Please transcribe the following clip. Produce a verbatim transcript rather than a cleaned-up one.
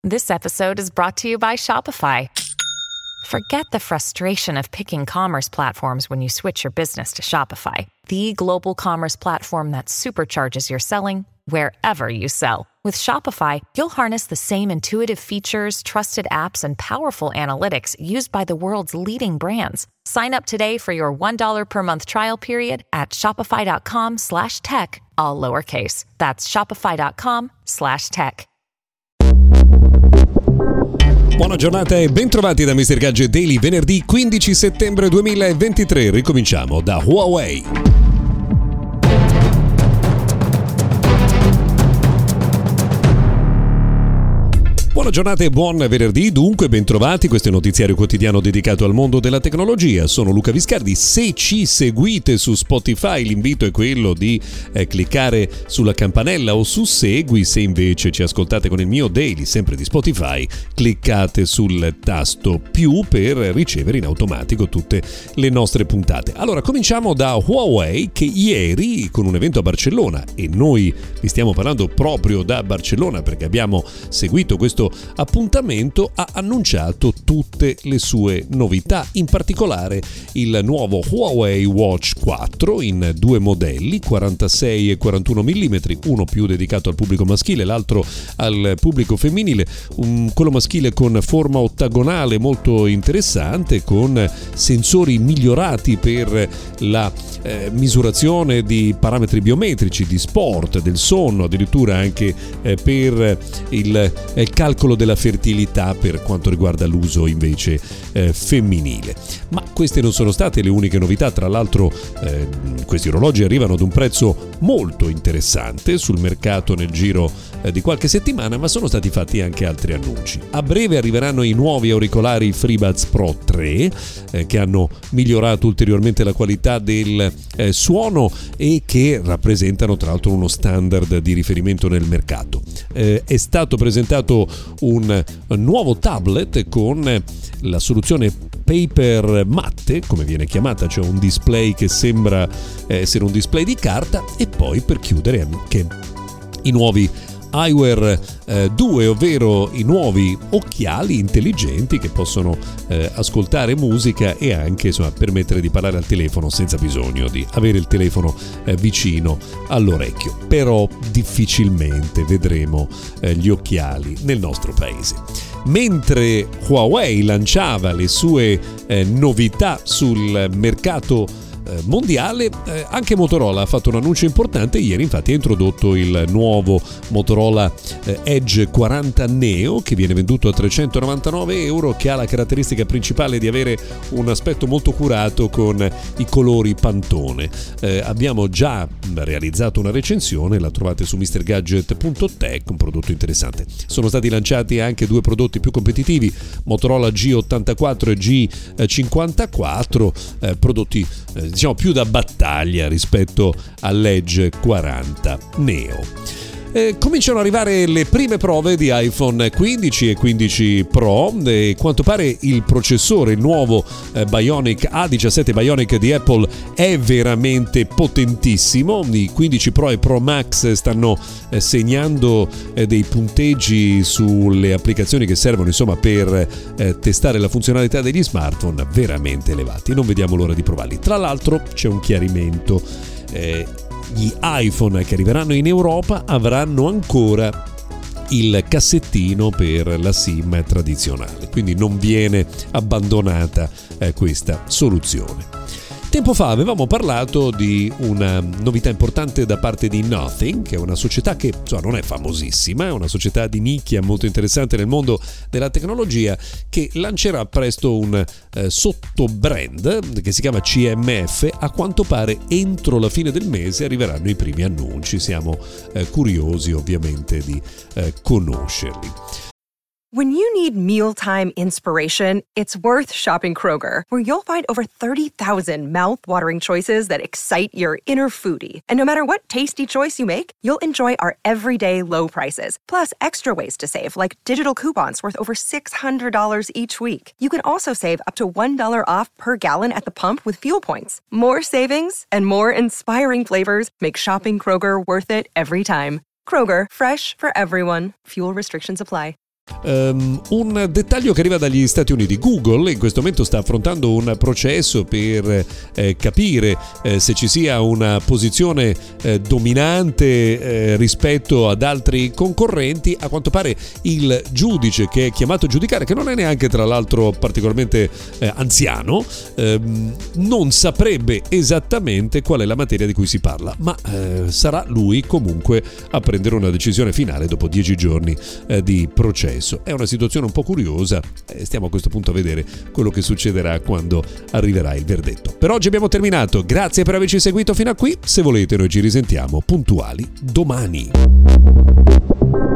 This episode is brought to you by Shopify. Forget the frustration of picking commerce platforms when you switch your business to Shopify, the global commerce platform that supercharges your selling wherever you sell. With Shopify, you'll harness the same intuitive features, trusted apps, and powerful analytics used by the world's leading brands. Sign up today for your one dollar per month trial period at shopify.com slash tech, all lowercase. That's shopify.com slash tech. Buona giornata e bentrovati da mister Gadget Daily, venerdì quindici settembre duemilaventitré. Ricominciamo da Huawei. Buona giornata e buon venerdì, dunque bentrovati, questo è il notiziario quotidiano dedicato al mondo della tecnologia. Sono Luca Viscardi. Se ci seguite su Spotify l'invito è quello di eh, cliccare sulla campanella o su segui. Se invece ci ascoltate con il mio daily sempre di Spotify, cliccate sul tasto più per ricevere in automatico tutte le nostre puntate. Allora cominciamo da Huawei, che ieri con un evento a Barcellona, e noi vi stiamo parlando proprio da Barcellona perché abbiamo seguito questo appuntamento, ha annunciato tutte le sue novità, in particolare il nuovo Huawei Watch quattro in due modelli, quarantasei e quarantuno millimetri, uno più dedicato al pubblico maschile, l'altro al pubblico femminile, un, quello maschile con forma ottagonale molto interessante, con sensori migliorati per la eh, misurazione di parametri biometrici, di sport, del sonno, addirittura anche eh, per il eh, calcolo della fertilità per quanto riguarda l'uso invece eh, femminile. Ma queste non sono state le uniche novità, tra l'altro eh, questi orologi arrivano ad un prezzo molto interessante sul mercato nel giro eh, di qualche settimana, ma sono stati fatti anche altri annunci. A breve arriveranno i nuovi auricolari FreeBuds Pro tre eh, che hanno migliorato ulteriormente la qualità del eh, suono e che rappresentano tra l'altro uno standard di riferimento nel mercato. Eh, è stato presentato un nuovo tablet con la soluzione paper matte, come viene chiamata, cioè un display che sembra essere un display di carta, e poi per chiudere anche i nuovi eyewear eh, due, ovvero i nuovi occhiali intelligenti che possono eh, ascoltare musica e anche insomma permettere di parlare al telefono senza bisogno di avere il telefono eh, vicino all'orecchio. Però difficilmente vedremo eh, gli occhiali nel nostro paese. Mentre Huawei lanciava le sue eh, novità sul mercato mondiale, eh, anche Motorola ha fatto un annuncio importante ieri. Infatti ha introdotto il nuovo Motorola eh, Edge quaranta Neo, che viene venduto a trecentonovantanove euro, che ha la caratteristica principale di avere un aspetto molto curato con i colori Pantone. Eh, abbiamo già realizzato una recensione, la trovate su mister gadget punto tech, un prodotto interessante. Sono stati lanciati anche due prodotti più competitivi, Motorola G ottantaquattro e G cinquantaquattro, eh, prodotti eh, diciamo più da battaglia rispetto all'Edge quaranta Neo. Eh, cominciano ad arrivare le prime prove di iPhone quindici e quindici Pro, e quanto pare il processore, il nuovo eh, Bionic A diciassette Bionic di Apple, è veramente potentissimo. I quindici Pro e Pro Max stanno eh, segnando eh, dei punteggi sulle applicazioni che servono insomma per eh, testare la funzionalità degli smartphone veramente elevati. Non vediamo l'ora di provarli. Tra l'altro c'è un chiarimento. Eh, Gli iPhone che arriveranno in Europa avranno ancora il cassettino per la SIM tradizionale, quindi non viene abbandonata eh, questa soluzione. Tempo fa avevamo parlato di una novità importante da parte di Nothing, che è una società che insomma, non è famosissima, è una società di nicchia molto interessante nel mondo della tecnologia, che lancerà presto un eh, sottobrand che si chiama C M F. A quanto pare entro la fine del mese arriveranno i primi annunci, siamo eh, curiosi ovviamente di eh, conoscerli. When you need mealtime inspiration, it's worth shopping Kroger, where you'll find over thirty thousand mouth-watering choices that excite your inner foodie. And no matter what tasty choice you make, you'll enjoy our everyday low prices, plus extra ways to save, like digital coupons worth over six hundred dollars each week. You can also save up to one dollar off per gallon at the pump with fuel points. More savings and more inspiring flavors make shopping Kroger worth it every time. Kroger, fresh for everyone. Fuel restrictions apply. Um, un dettaglio che arriva dagli Stati Uniti: Google in questo momento sta affrontando un processo per eh, capire eh, se ci sia una posizione eh, dominante eh, rispetto ad altri concorrenti. A quanto pare il giudice che è chiamato a giudicare, che non è neanche tra l'altro particolarmente eh, anziano, ehm, non saprebbe esattamente qual è la materia di cui si parla, ma eh, sarà lui comunque a prendere una decisione finale dopo dieci giorni eh, di processo. È una situazione un po' curiosa, eh, stiamo a questo punto a vedere quello che succederà quando arriverà il verdetto. Per oggi abbiamo terminato, grazie per averci seguito fino a qui. Se volete noi ci risentiamo puntuali domani.